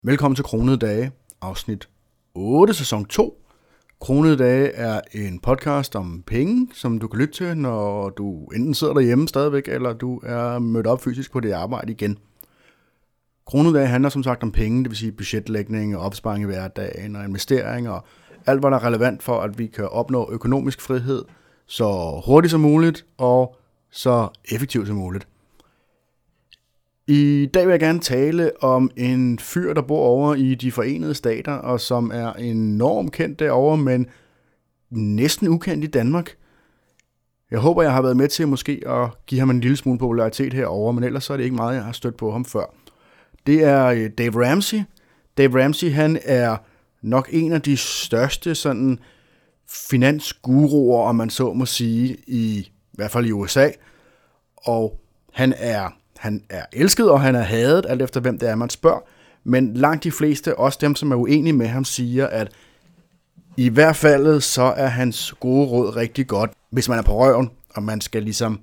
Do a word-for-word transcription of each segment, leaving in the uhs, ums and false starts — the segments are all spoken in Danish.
Velkommen til Kronede Dage, afsnit otte, sæson to. Kronede Dage er en podcast om penge, som du kan lytte til, når du enten sidder derhjemme stadigvæk, eller du er mødt op fysisk på dit arbejde igen. Kronede Dage handler som sagt om penge, det vil sige budgetlægning og opsparing i hverdagen og investeringer og alt, hvad der er relevant for, at vi kan opnå økonomisk frihed så hurtigt som muligt og så effektivt som muligt. I dag vil jeg gerne tale om en fyr, der bor over i de Forenede Stater, og som er enormt kendt derovre, men næsten ukendt i Danmark. Jeg håber, jeg har været med til måske at give ham en lille smule popularitet herovre, men ellers så er det ikke meget, jeg har stødt på ham før. Det er Dave Ramsey. Dave Ramsey, han er nok en af de største sådan finansguruer, om man så må sige, i, i hvert fald i U S A. Og han er... Han er elsket, og han er hadet, alt efter hvem det er, man spørger. Men langt de fleste, også dem, som er uenige med ham, siger, at i hvert fald så er hans gode råd rigtig godt, hvis man er på røven, og man skal ligesom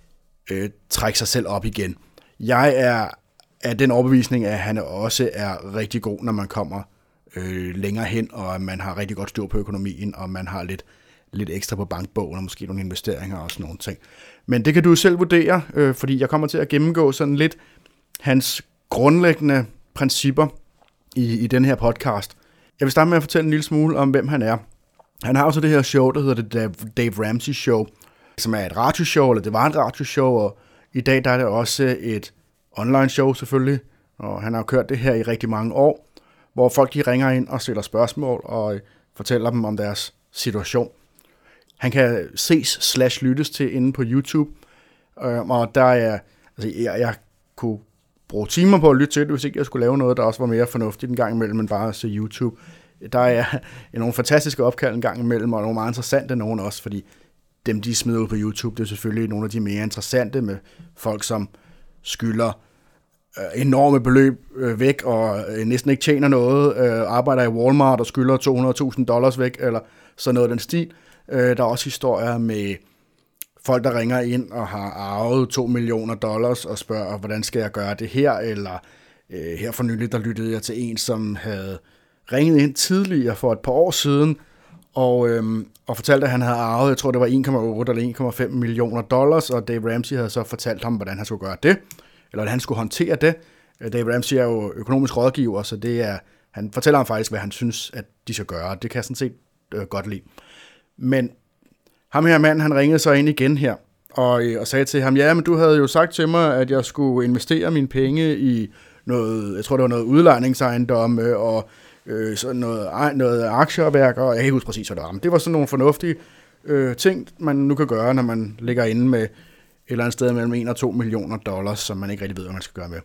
øh, trække sig selv op igen. Jeg er af den overbevisning, at han også er rigtig god, når man kommer øh, længere hen, og at man har rigtig godt styr på økonomien, og man har lidt, lidt ekstra på bankbogen, og måske nogle investeringer og sådan nogle ting. Men det kan du selv vurdere, øh, fordi jeg kommer til at gennemgå sådan lidt hans grundlæggende principper i, i den her podcast. Jeg vil starte med at fortælle en lille smule om, hvem han er. Han har også det her show, der hedder det Dave, Dave Ramsey Show, som er et radioshow, eller det var et radioshow, og i dag der er det også et online show selvfølgelig, og han har kørt det her i rigtig mange år, hvor folk de ringer ind og stiller spørgsmål og fortæller dem om deres situation. Han kan ses slash lyttes til inde på YouTube, øh, og der er, altså jeg, jeg kunne bruge timer på at lytte til det, hvis ikke jeg skulle lave noget, der også var mere fornuftigt en gang imellem, end bare at se YouTube. Der er nogle fantastiske opkald en gang imellem, og nogle meget interessante nogen også, fordi dem, de smider ud på YouTube, det er selvfølgelig nogle af de mere interessante med folk, som skylder øh, enorme beløb øh, væk, og øh, næsten ikke tjener noget, øh, arbejder i Walmart og skylder to hundrede tusind dollars væk, eller sådan noget af den stil. Der er også historier med folk, der ringer ind og har arvet to millioner dollars og spørger, hvordan skal jeg gøre det her? Eller øh, her for nylig, der lyttede jeg til en, som havde ringet ind tidligere for et par år siden, og, øhm, og fortalte, at han havde arvet, jeg tror det var en komma otte eller en komma fem millioner dollars, og Dave Ramsey havde så fortalt ham, hvordan han skulle gøre det, eller hvordan han skulle håndtere det. Dave Ramsey er jo økonomisk rådgiver, så det er, han fortæller ham faktisk, hvad han synes, at de skal gøre. Det kan jeg sådan set øh, godt lide. Men ham her mand, han ringede så ind igen her, og, og sagde til ham, ja, men du havde jo sagt til mig, at jeg skulle investere mine penge i noget, jeg tror det var noget udlejningsejendomme, og øh, sådan noget, noget aktieværk, og jeg kan ikke huske præcis, hvad det var. Men det var sådan nogle fornuftige øh, ting, man nu kan gøre, når man ligger inde med et eller andet sted mellem en og to millioner dollars, som man ikke rigtig ved, hvad man skal gøre med.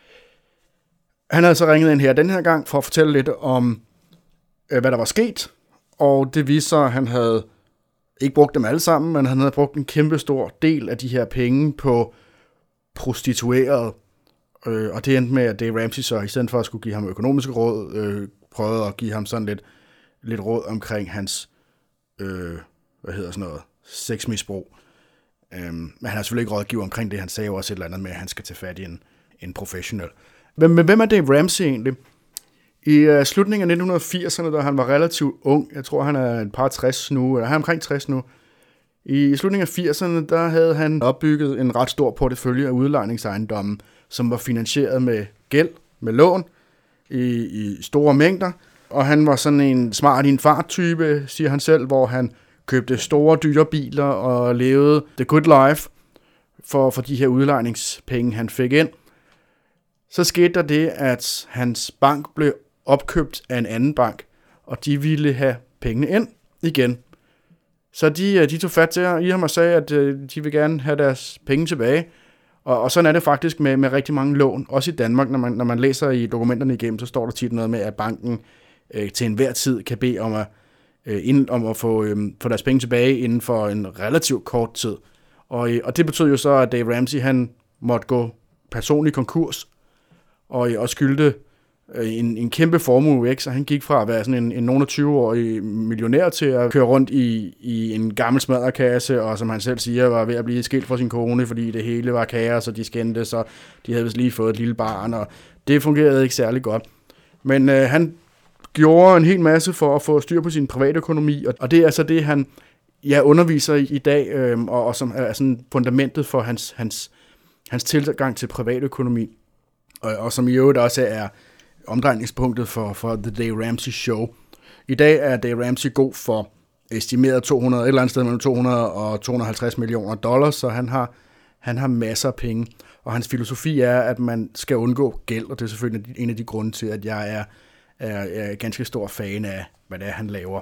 Han havde så ringet ind her den her gang, for at fortælle lidt om, øh, hvad der var sket, og det viste sig, at han havde ikke brugt dem alle sammen, men han havde brugt en kæmpe stor del af de her penge på prostituerede. Øh, og det endte med, at Dave Ramsey så, i stedet for at skulle give ham økonomiske råd, øh, prøvede at give ham sådan lidt, lidt råd omkring hans, øh, hvad hedder sådan noget, sexmisbrug. Øh, men han har selvfølgelig ikke rådgiver omkring det. Han sagde jo også et eller andet med, at han skal tage fat i en, en professionel. Men, men hvem er Dave Ramsey egentlig? I uh, slutningen af nitten firserne, da han var relativt ung, jeg tror han er et par tres nu, eller han er omkring tres nu, i slutningen af firserne, der havde han opbygget en ret stor portefølje af udlejningsejendomme, som var finansieret med gæld, med lån, i, i store mængder, og han var sådan en smart i en fart-type, siger han selv, hvor han købte store, dyre biler og levede the good life for, for de her udlejningspenge, han fik ind. Så skete der det, at hans bank blev opkøbt af en anden bank, og de ville have pengene ind igen. Så de, de tog fat til i ham og sagde, at de vil gerne have deres penge tilbage. Og, og sådan er det faktisk med, med rigtig mange lån. Også i Danmark, når man, når man læser i dokumenterne igennem, så står der tit noget med, at banken øh, til enhver tid kan bede om at, øh, ind, om at få, øh, få deres penge tilbage inden for en relativt kort tid. Og, og det betød jo så, at Dave Ramsey han måtte gå personlig konkurs, og, og skyldte en, en kæmpe formue væk, så han gik fra at være sådan en, en nogen af tyve-årig millionær til at køre rundt i, i en gammel smadderkasse, og som han selv siger, var ved at blive skilt fra sin kone, fordi det hele var kaos, og de skændtes, og de havde vist lige fået et lille barn, og det fungerede ikke særlig godt. Men øh, han gjorde en hel masse for at få styr på sin privatøkonomi, og, og det er altså det, han ja, underviser i, i dag, øh, og, og som er sådan fundamentet for hans, hans, hans tilgang til privatøkonomi, og, og som i øvrigt også er omdrejningspunktet for, for The Dave Ramsey Show. I dag er Dave Ramsey god for estimeret to hundrede, et eller andet sted mellem to hundrede og to hundrede og halvtreds millioner dollars, så han har, han har masser af penge. Og hans filosofi er, at man skal undgå gæld, og det er selvfølgelig en af de grunde til, at jeg er, er, er ganske stor fan af, hvad det er, han laver.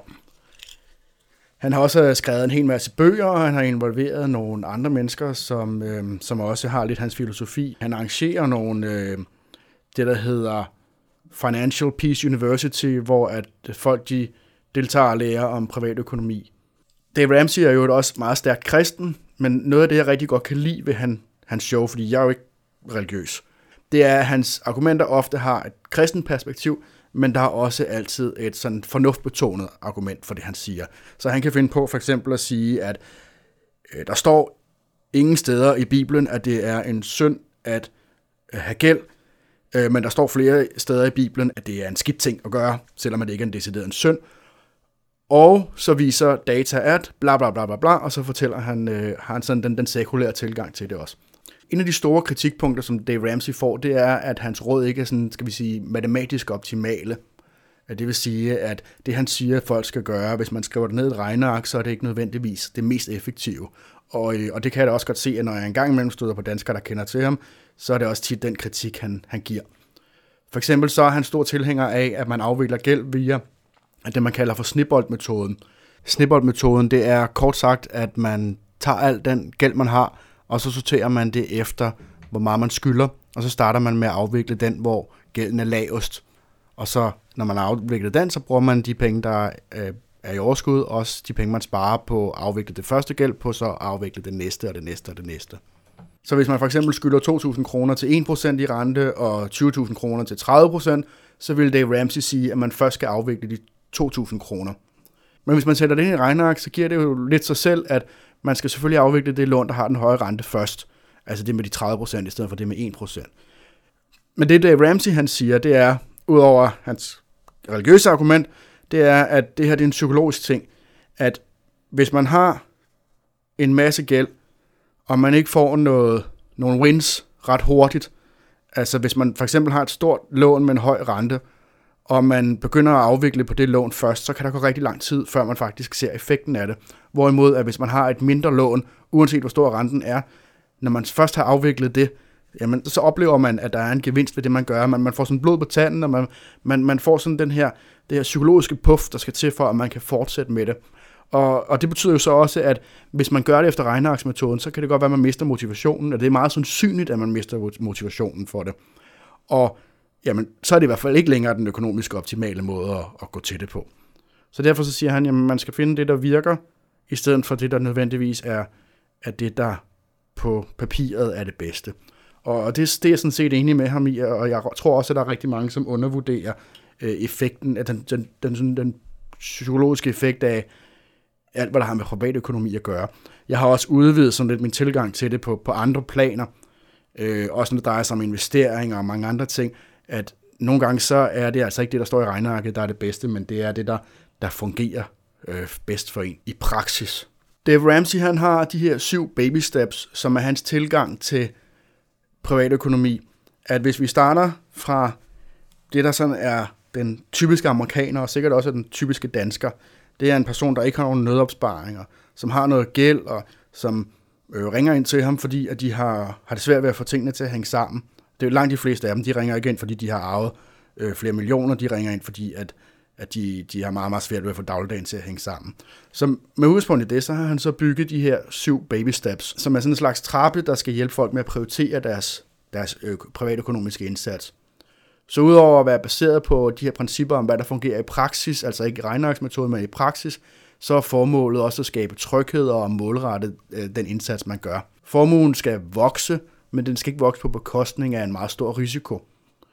Han har også skrevet en hel masse bøger, og han har involveret nogle andre mennesker, som, øh, som også har lidt hans filosofi. Han arrangerer nogle, øh, det der hedder Financial Peace University, hvor at folk de deltager og lærer om privatøkonomi. Dave Ramsey er jo også meget stærkt kristen, men noget af det, jeg rigtig godt kan lide ved han, hans show, fordi jeg er jo ikke religiøs, det er, at hans argumenter ofte har et kristent perspektiv, men der er også altid et sådan fornuftbetonet argument for det, han siger. Så han kan finde på for eksempel at sige, at øh, der står ingen steder i Bibelen, at det er en synd at øh, have gæld, øh, men der står flere steder i Bibelen, at det er en skidt ting at gøre, selvom det ikke er en decideret en synd. Og så viser data at bla bla bla bla bla, og så fortæller han, øh, har han sådan den, den sekulære tilgang til det også. En af de store kritikpunkter, som Dave Ramsey får, det er, at hans råd ikke er sådan, skal vi sige, matematisk optimale. Det vil sige, at det han siger, at folk skal gøre, hvis man skriver det ned i et regneark, så er det ikke nødvendigvis det mest effektive. Og, og det kan jeg da også godt se, at når jeg engang imellem støder på danskere, der kender til ham, så er det også tit den kritik, han, han giver. For eksempel så er han stor tilhænger af, at man afvikler gæld via det, man kalder for snibboldmetoden. Snibboldmetoden, det er kort sagt, at man tager al den gæld, man har, og så sorterer man det efter, hvor meget man skylder, og så starter man med at afvikle den, hvor gælden er lavest. Og så, når man har afviklet den, så bruger man de penge, der øh, er i overskud, også de penge, man sparer på at afvikle det første gæld, på så at afvikle det næste, og det næste, og det næste. Så hvis man for eksempel skylder to tusind kroner til en procent i rente, og tyve tusind kroner til tredive procent, så vil Dave Ramsey sige, at man først skal afvikle de to tusind kroner. Men hvis man sætter det ind i regneark, så giver det jo lidt sig selv, at man skal selvfølgelig afvikle det lån, der har den høje rente først. Altså det med de tredive procent i stedet for det med en procent. Men det Dave Ramsey han siger, det er, udover hans religiøse argument, det er, at det her det er en psykologisk ting. At hvis man har en masse gæld, og man ikke får noget, nogle wins ret hurtigt, altså hvis man for eksempel har et stort lån med en høj rente, og man begynder at afvikle på det lån først, så kan der gå rigtig lang tid, før man faktisk ser effekten af det. Hvorimod, at hvis man har et mindre lån, uanset hvor stor renten er, når man først har afviklet det, jamen, så oplever man, at der er en gevinst ved det, man gør. Man, man får sådan blod på tanden, og man, man, man får sådan den her, det her psykologiske puff, der skal til for, at man kan fortsætte med det. Og, og det betyder jo så også, at hvis man gør det efter regnearksmetoden, så kan det godt være, at man mister motivationen, og det er meget sandsynligt, at man mister motivationen for det. Og jamen, så er det i hvert fald ikke længere den økonomisk optimale måde at, at gå til det på. Så derfor så siger han, at man skal finde det, der virker, i stedet for det, der nødvendigvis er, er det, der på papiret er det bedste. Og det, det er jeg sådan set enig med ham i, og jeg tror også, at der er rigtig mange, som undervurderer øh, effekten, af den, den, den, den, den psykologiske effekt af alt, hvad der har med privatøkonomi at gøre. Jeg har også udvidet sådan lidt min tilgang til det på, på andre planer, øh, også når det drejer sig om investeringer og mange andre ting, at nogle gange så er det altså ikke det, der står i regnearket, der er det bedste, men det er det, der, der fungerer øh, bedst for en i praksis. Dave Ramsey, han har de her syv baby steps, som er hans tilgang til privatøkonomi. At hvis vi starter fra det, der sådan er den typiske amerikaner, og sikkert også den typiske dansker, det er en person, der ikke har nogen nødopsparinger, som har noget gæld, og som øh, ringer ind til ham, fordi at de har, har det svært ved at få tingene til at hænge sammen. Det er jo langt de fleste af dem, de ringer ikke ind, fordi de har arvet øh, flere millioner, de ringer ind, fordi at, at de, de har meget, meget svært ved at få dagligdagen til at hænge sammen. Så med udgangspunkt i det, så har han så bygget de her syv baby steps, som er sådan en slags trappe, der skal hjælpe folk med at prioritere deres, deres øh, privatøkonomiske indsats. Så udover at være baseret på de her principper om, hvad der fungerer i praksis, altså ikke regnearksmetoden, men i praksis, så er formålet også at skabe tryghed og målrette øh, den indsats, man gør. Formuen skal vokse, men den skal ikke vokse på bekostning af en meget stor risiko.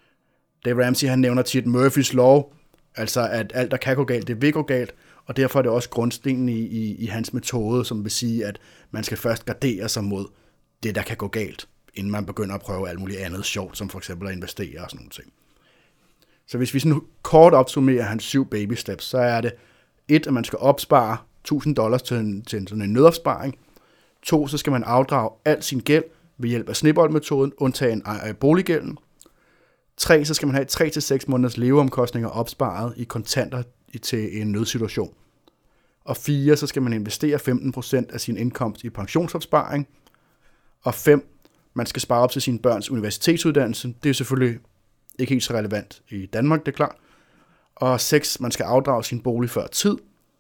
Dave Ramsey, han nævner tit Murphys Law, altså at alt, der kan gå galt, det vil gå galt, og derfor er det også grundstenen i, i, i hans metode, som vil sige, at man skal først gardere sig mod det, der kan gå galt, inden man begynder at prøve alt muligt andet sjovt, som for eksempel at investere og sådan nogle ting. Så hvis vi sådan kort opsummerer hans syv baby steps, så er det et, at man skal opspare tusind dollars til en, til en, sådan en nødopsparing. To, så skal man afdrage al sin gæld ved hjælp af sneboldmetoden, undtagen boliggælden. Tre, så skal man have tre til seks måneders leveomkostninger opsparet i kontanter til en nødsituation. Og fire, så skal man investere femten procent af sin indkomst i pensionsopsparing. Og fem, man skal spare op til sine børns universitetsuddannelse. Det er selvfølgelig ikke helt så relevant i Danmark, det er klart. Og seks, man skal afdrage sin bolig før tid.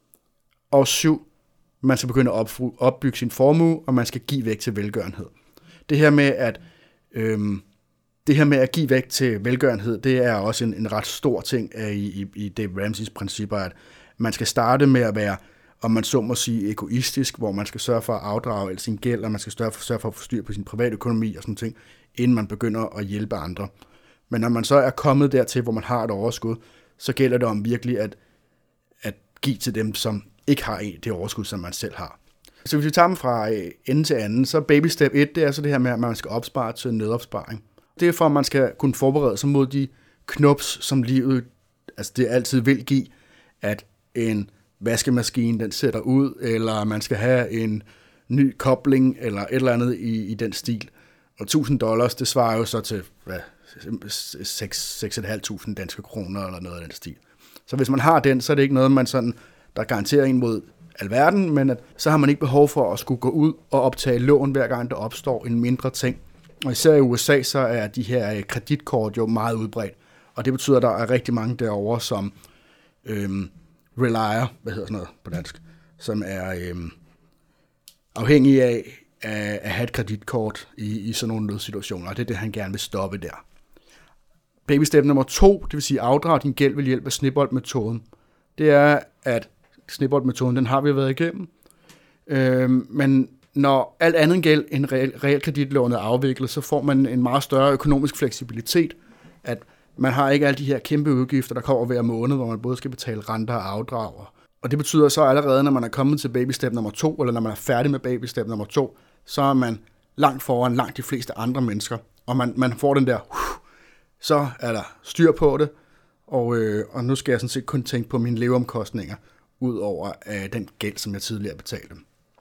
Og syv, man skal begynde at opbygge sin formue, og man skal give væk til velgørenhed. Det her med at, øhm, det her med at give væk til velgørenhed, det er også en, en ret stor ting i, i, i Dave Ramseys principper, at man skal starte med at være, om man så må sige, egoistisk, hvor man skal sørge for at afdrage al sin gæld, og man skal sørge for, sørge for at få styr på sin private økonomi og sådan ting, inden man begynder at hjælpe andre. Men når man så er kommet dertil, hvor man har et overskud, så gælder det om virkelig at, at give til dem, som ikke har det overskud, som man selv har. Så hvis vi tager dem fra ende til anden, så baby step et, det er så det her med, at man skal opspare til en nødopsparing. Det er for, at man skal kunne forberede sig mod de knups, som livet, altså det altid vil give, at en vaskemaskine, den sætter ud, eller man skal have en ny kobling, eller et eller andet i, i den stil. Og tusind dollars, det svarer jo så til hvad, seks tusind fem hundrede danske kroner, eller noget af den stil. Så hvis man har den, så er det ikke noget, man sådan, der garanterer en mod alverden, men at, så har man ikke behov for at skulle gå ud og optage lån, hver gang der opstår en mindre ting. Og især i U S A, så er de her kreditkort jo meget udbredt, og det betyder, at der er rigtig mange derovre, som øhm, relyer, hvad hedder sådan noget på dansk, som er øhm, afhængige af at, at have et kreditkort i, i sådan nogle nødsituationer, og det er det, han gerne vil stoppe der. Baby step nummer to, det vil sige afdrag din gæld ved hjælp af sneboldmetoden, det er, at sneboldmetoden, den har vi været igennem, øhm, men når alt andet gæld end realkreditlånet er afviklet, så får man en meget større økonomisk fleksibilitet, at man har ikke alle de her kæmpe udgifter, der kommer hver måned, hvor man både skal betale renter og afdrag. Og det betyder så allerede, når man er kommet til baby step nummer to, eller når man er færdig med baby step nummer to, så er man langt foran langt de fleste andre mennesker, og man, man får den der, uh, så er der styr på det, og, øh, og nu skal jeg sådan set kun tænke på mine leveomkostninger, ud over øh, den gæld, som jeg tidligere betalte.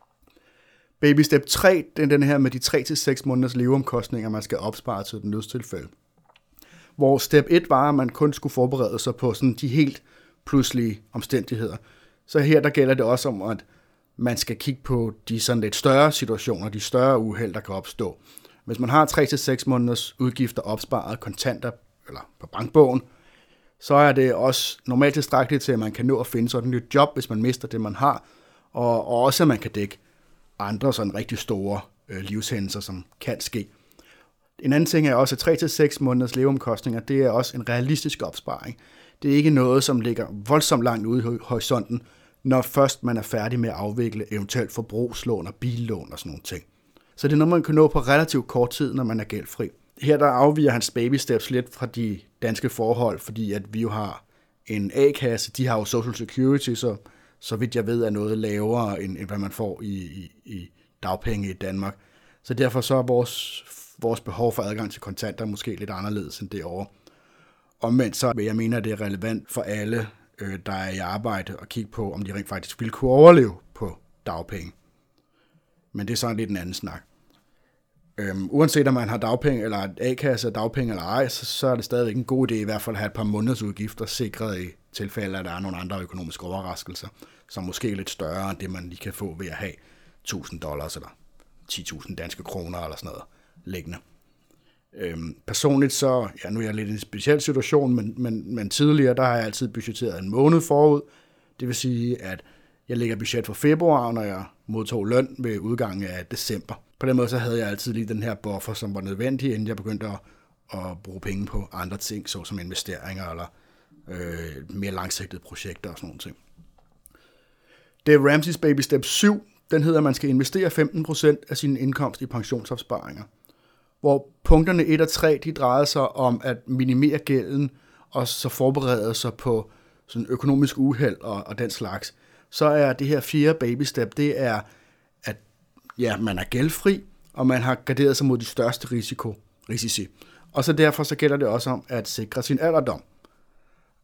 Baby step tre, det er den her med de tre til seks måneders leveomkostninger, man skal opspare til den nødstilfælde. Hvor step et var, at man kun skulle forberede sig på sådan de helt pludselige omstændigheder. Så her der gælder det også om, at man skal kigge på de sådan lidt større situationer, de større uheld, der kan opstå. Hvis man har tre til seks måneders udgifter opsparet kontanter eller på bankbogen, så er det også normalt tilstrækkeligt til, at man kan nå at finde sådan et job, hvis man mister det, man har, og, og også at man kan dække andre sådan rigtig store øh, livshændelser, som kan ske. En anden ting er også, at tre til seks måneders leveomkostninger, det er også en realistisk opsparing. Det er ikke noget, som ligger voldsomt langt ude i horisonten, når først man er færdig med at afvikle eventuelt forbrugslån og billån og sådan nogle ting. Så det er noget, man kan nå på relativt kort tid, når man er gældfri. Her der afviger hans baby steps lidt fra de danske forhold, fordi at vi jo har en A-kasse, de har jo Social Security, så så vidt jeg ved er noget lavere, end, end hvad man får i, i, i dagpenge i Danmark. Så derfor så er vores, vores behov for adgang til kontanter måske lidt anderledes end derovre. Omvendt så vil jeg mene, at det er relevant for alle, øh, der er i arbejde, at kigge på, om de rent faktisk vil kunne overleve på dagpenge. Men det er sådan lidt en anden snak. Øhm, uanset om man har dagpenge, eller A-kasse, dagpenge eller ej, så, så er det stadigvæk en god idé i hvert fald at have et par måneders udgifter sikret i tilfælde, at der er nogle andre økonomiske overraskelser, som måske er lidt større end det, man lige kan få ved at have tusind dollars eller ti tusind danske kroner eller sådan noget liggende. Øhm, personligt så, ja nu er jeg lidt i en speciel situation, men, men, men tidligere, der har jeg altid budgetteret en måned forud. Det vil sige, at jeg lægger budget for februar, når jeg modtog løn ved udgangen af december. På den måde så havde jeg altid lige den her buffer, som var nødvendig, inden jeg begyndte at, at bruge penge på andre ting, såsom investeringer eller øh, mere langsigtede projekter og sådan nogle ting. Dave Ramseys baby step syv, den hedder, at man skal investere femten procent af sin indkomst i pensionsopsparinger. Hvor punkterne et og tre, de drejer sig om at minimere gælden og så forberede sig på sådan økonomisk uheld og, og den slags. Så er det her fjerde baby step, det er, at ja, man er gældfri, og man har garderet sig mod de største risiko, risici. Og så derfor så gælder det også om at sikre sin alderdom.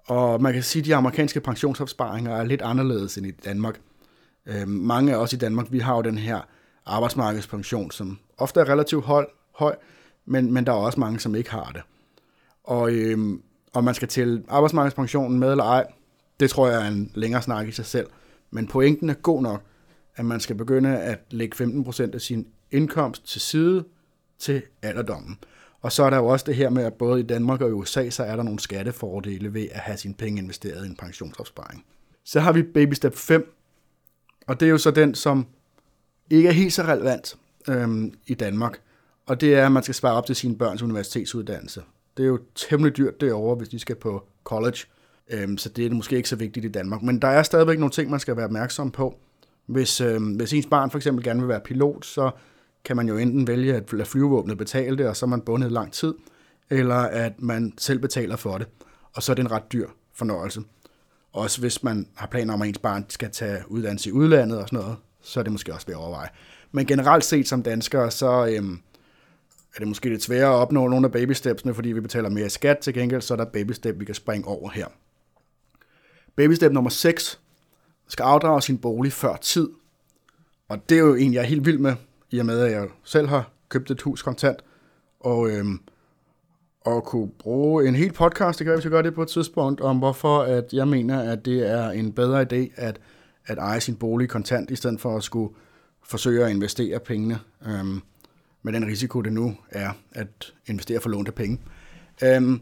Og man kan sige, at de amerikanske pensionsopsparinger er lidt anderledes end i Danmark. Øh, mange af os i Danmark, vi har jo den her arbejdsmarkedspension, som ofte er relativt høj, høj men, men der er også mange, som ikke har det. Og øh, om man skal tælle arbejdsmarkedspensionen med eller ej, det tror jeg er en længere snak i sig selv. Men pointen er god nok, at man skal begynde at lægge femten procent af sin indkomst til side til alderdommen. Og så er der jo også det her med, at både i Danmark og i U S A, så er der nogle skattefordele ved at have sine penge investeret i en pensionsopsparing. Så har vi baby step fem, og det er jo så den, som ikke er helt så relevant øhm, i Danmark. Og det er, at man skal spare op til sine børns universitetsuddannelse. Det er jo temmelig dyrt derovre, hvis de skal på college. Øhm, så det er måske ikke så vigtigt i Danmark. Men der er stadigvæk nogle ting, man skal være opmærksom på. Hvis, øhm, hvis ens barn for eksempel gerne vil være pilot, så kan man jo enten vælge at lade flyvevåbnet betale det, og så er man bundet lang tid, eller at man selv betaler for det. Og så er det en ret dyr fornøjelse. Også hvis man har planer om, at ens barn skal tage uddannelse i udlandet og sådan noget, så er det måske også ved at overveje. Men generelt set som danskere, så øhm, er det måske lidt sværere at opnå nogle af babystepsene, fordi vi betaler mere skat. Til gengæld så er der babystep, vi kan springe over her. Babystep nummer seks skal afdrage sin bolig før tid. Og det er jo en, jeg er helt vild med, i og med, at jeg selv har købt et hus kontant, og, øhm, og kunne bruge en hel podcast, det kan jeg, hvis jeg gør det på et tidspunkt, om hvorfor at jeg mener, at det er en bedre idé at, at eje sin bolig kontant, i stedet for at skulle forsøge at investere pengene, øhm, med den risiko, det nu er at investere for lånte penge. Øhm,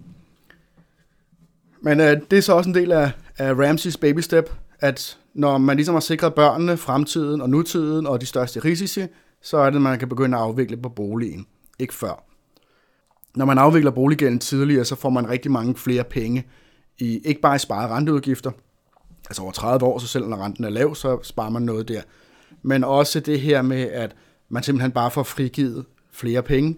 men øh, det er så også en del af, af Ramseys baby step, at når man ligesom har sikret børnene, fremtiden og nutiden og de største risici, så er det, at man kan begynde at afvikle på boligen, ikke før. Når man afvikler boliggælden tidligere, så får man rigtig mange flere penge, i ikke bare i sparet renteudgifter, altså over tredive år, så selv når renten er lav, så sparer man noget der, men også det her med, at man simpelthen bare får frigivet flere penge,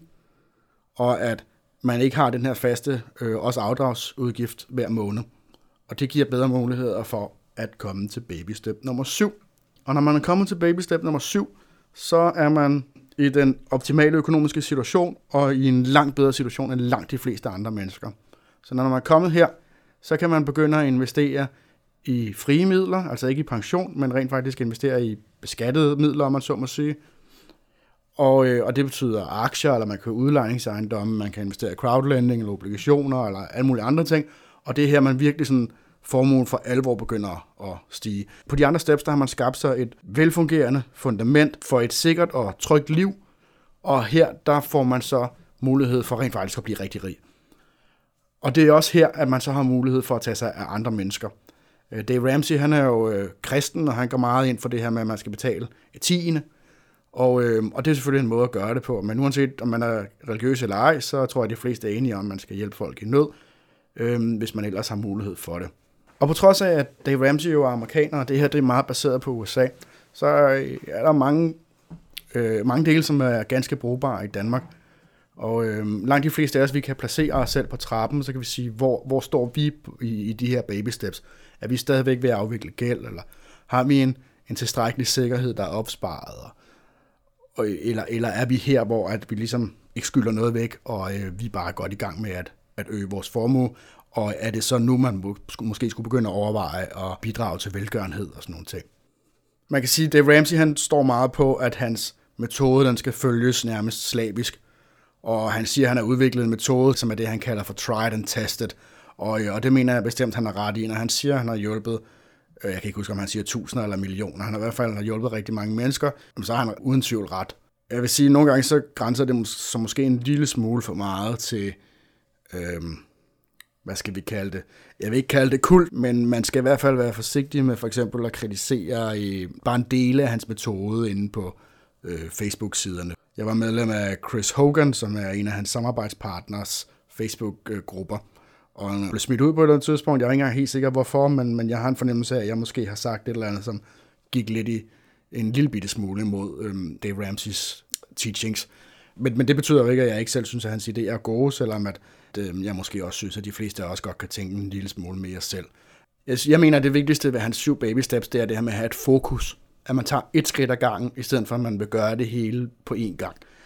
og at man ikke har den her faste øh, også afdragsudgift hver måned. Og det giver bedre muligheder for at komme til baby step nummer syv. Og når man er kommet til baby step nummer syv, så er man i den optimale økonomiske situation, og i en langt bedre situation end langt de fleste andre mennesker. Så når man er kommet her, så kan man begynde at investere i frie midler, altså ikke i pension, men rent faktisk investere i beskattede midler, om man så må sige. Og, øh, og det betyder aktier, eller man kan udlejningsejendomme, man kan investere i crowdlending, eller obligationer, eller alle mulige andre ting. Og det er her, man virkelig sådan formuen for alvor begynder at stige. På de andre steps, der har man skabt sig et velfungerende fundament for et sikkert og trygt liv, og her, der får man så mulighed for rent faktisk at blive rigtig rig. Og det er også her, at man så har mulighed for at tage sig af andre mennesker. Dave Ramsey, han er jo øh, kristen, og han går meget ind for det her med, at man skal betale et tiende. Og, øh, og det er selvfølgelig en måde at gøre det på. Men uanset om man er religiøs eller ej, så tror jeg, at de fleste er enige om, at man skal hjælpe folk i nød, øh, hvis man ellers har mulighed for det. Og på trods af, at Dave Ramsey jo er amerikaner, og det her det er meget baseret på U S A, så er der mange, øh, mange dele, som er ganske brugbare i Danmark. Og øh, langt de fleste af os, vi kan placere os selv på trappen, så kan vi sige, hvor, hvor står vi i, i de her baby steps? Er vi stadigvæk ved at afvikle gæld, eller har vi en, en tilstrækkelig sikkerhed, der er opsparet? Og, eller, eller er vi her, hvor at vi ligesom ikke skylder noget væk, og øh, vi er bare godt i gang med at, at øge vores formue? Og er det så nu, man må, måske skulle begynde at overveje at bidrage til velgørenhed og sådan nogle ting? Man kan sige, at Dave Ramsey han står meget på, at hans metode den skal følges nærmest slavisk. Og han siger, at han har udviklet en metode, som er det, han kalder for tried and tested. Og, og det mener jeg bestemt, han har ret i. Når han siger, at han har hjulpet, jeg kan ikke huske, om han siger tusinder eller millioner, han har i hvert fald hjulpet rigtig mange mennesker, så har han uden tvivl ret. Jeg vil sige, at nogle gange så grænser det så måske en lille smule for meget til, øhm, hvad skal vi kalde det? Jeg vil ikke kalde det kult, men man skal i hvert fald være forsigtig med for eksempel at kritisere i, bare en del af hans metode inde på øh, Facebook-siderne. Jeg var medlem af Chris Hogan, som er en af hans samarbejdspartners Facebook-grupper, og han blev smidt ud på et eller andet tidspunkt. Jeg er ikke engang helt sikker, hvorfor, men, men jeg har en fornemmelse af, at jeg måske har sagt et eller andet, som gik lidt i en lille bitte smule imod øhm, Dave Ramseys teachings. Men, men det betyder jo ikke, at jeg ikke selv synes, at hans idéer er gode, selvom at, øh, jeg måske også synes, at de fleste af os godt kan tænke en lille smule mere selv. Jeg, jeg mener, at det vigtigste ved hans syv baby steps, det er det her med at have et fokus. At man tager et skridt ad gangen, i stedet for at man vil gøre det hele på én gang.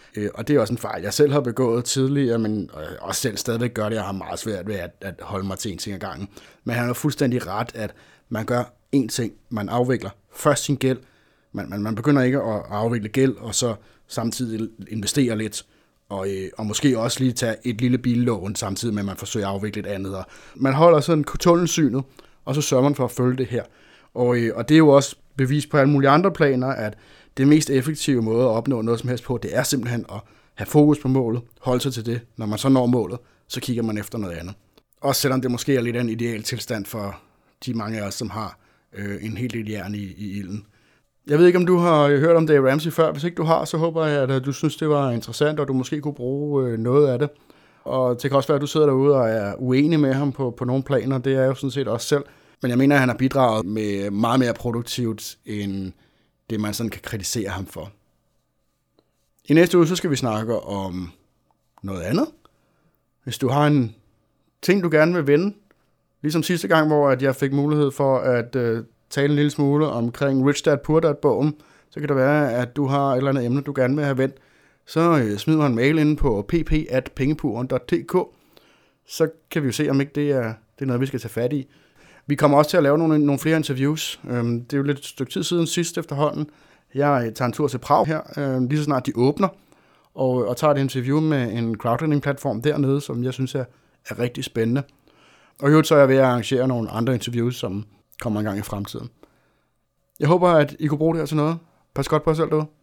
Øh, og det er også en fejl, jeg selv har begået tidligere, men også selv stadigvæk gør det. Jeg har meget svært ved at, at holde mig til en ting ad gangen. Men han har fuldstændig ret, at man gør én ting. Man afvikler først sin gæld. Man, man, man begynder ikke at afvikle gæld, og så samtidig investere lidt. Og, øh, og måske også lige tage et lille billån, samtidig med, at man forsøger at afvikle et andet. Og man holder sådan tunnelsynet, og så sørger man for at følge det her. Og, øh, og det er jo også bevis på alle mulige andre planer, at det mest effektive måde at opnå noget som helst på, det er simpelthen at have fokus på målet, holde sig til det. Når man så når målet, så kigger man efter noget andet. Også selvom det måske er lidt af en ideal tilstand for de mange af os, som har øh, en helt del jern i, i ilden. Jeg ved ikke, om du har hørt om Dave Ramsey før. Hvis ikke du har, så håber jeg, at du synes, det var interessant, og du måske kunne bruge øh, noget af det. Og det kan også være, at du sidder derude og er uenig med ham på, på nogle planer. Det er jeg jo sådan set også selv. Men jeg mener, at han har bidraget med meget mere produktivt, end det, man sådan kan kritisere ham for. I næste uge, så skal vi snakke om noget andet. Hvis du har en ting, du gerne vil vende, ligesom sidste gang, hvor at jeg fik mulighed for at øh, tale en lille smule omkring Rich Dad Poor Dad-bogen, så kan det være, at du har et eller andet emne, du gerne vil have vendt. Så øh, smid mig en mail inde på p p at pengepuren punktum d k. Så kan vi jo se, om ikke det er, det er noget, vi skal tage fat i. Vi kommer også til at lave nogle, nogle flere interviews. Øhm, det er jo lidt et stykke tid siden sidst efterhånden. Jeg tager en tur til Prag her, øh, lige så snart de åbner, og, og tager et interview med en crowdfunding-platform dernede, som jeg synes er, er rigtig spændende. Og i øvrigt så er jeg ved at arrangere nogle andre interviews, som kommer en gang i fremtiden. Jeg håber, at I kunne bruge det her til noget. Pas godt på jer selv derude.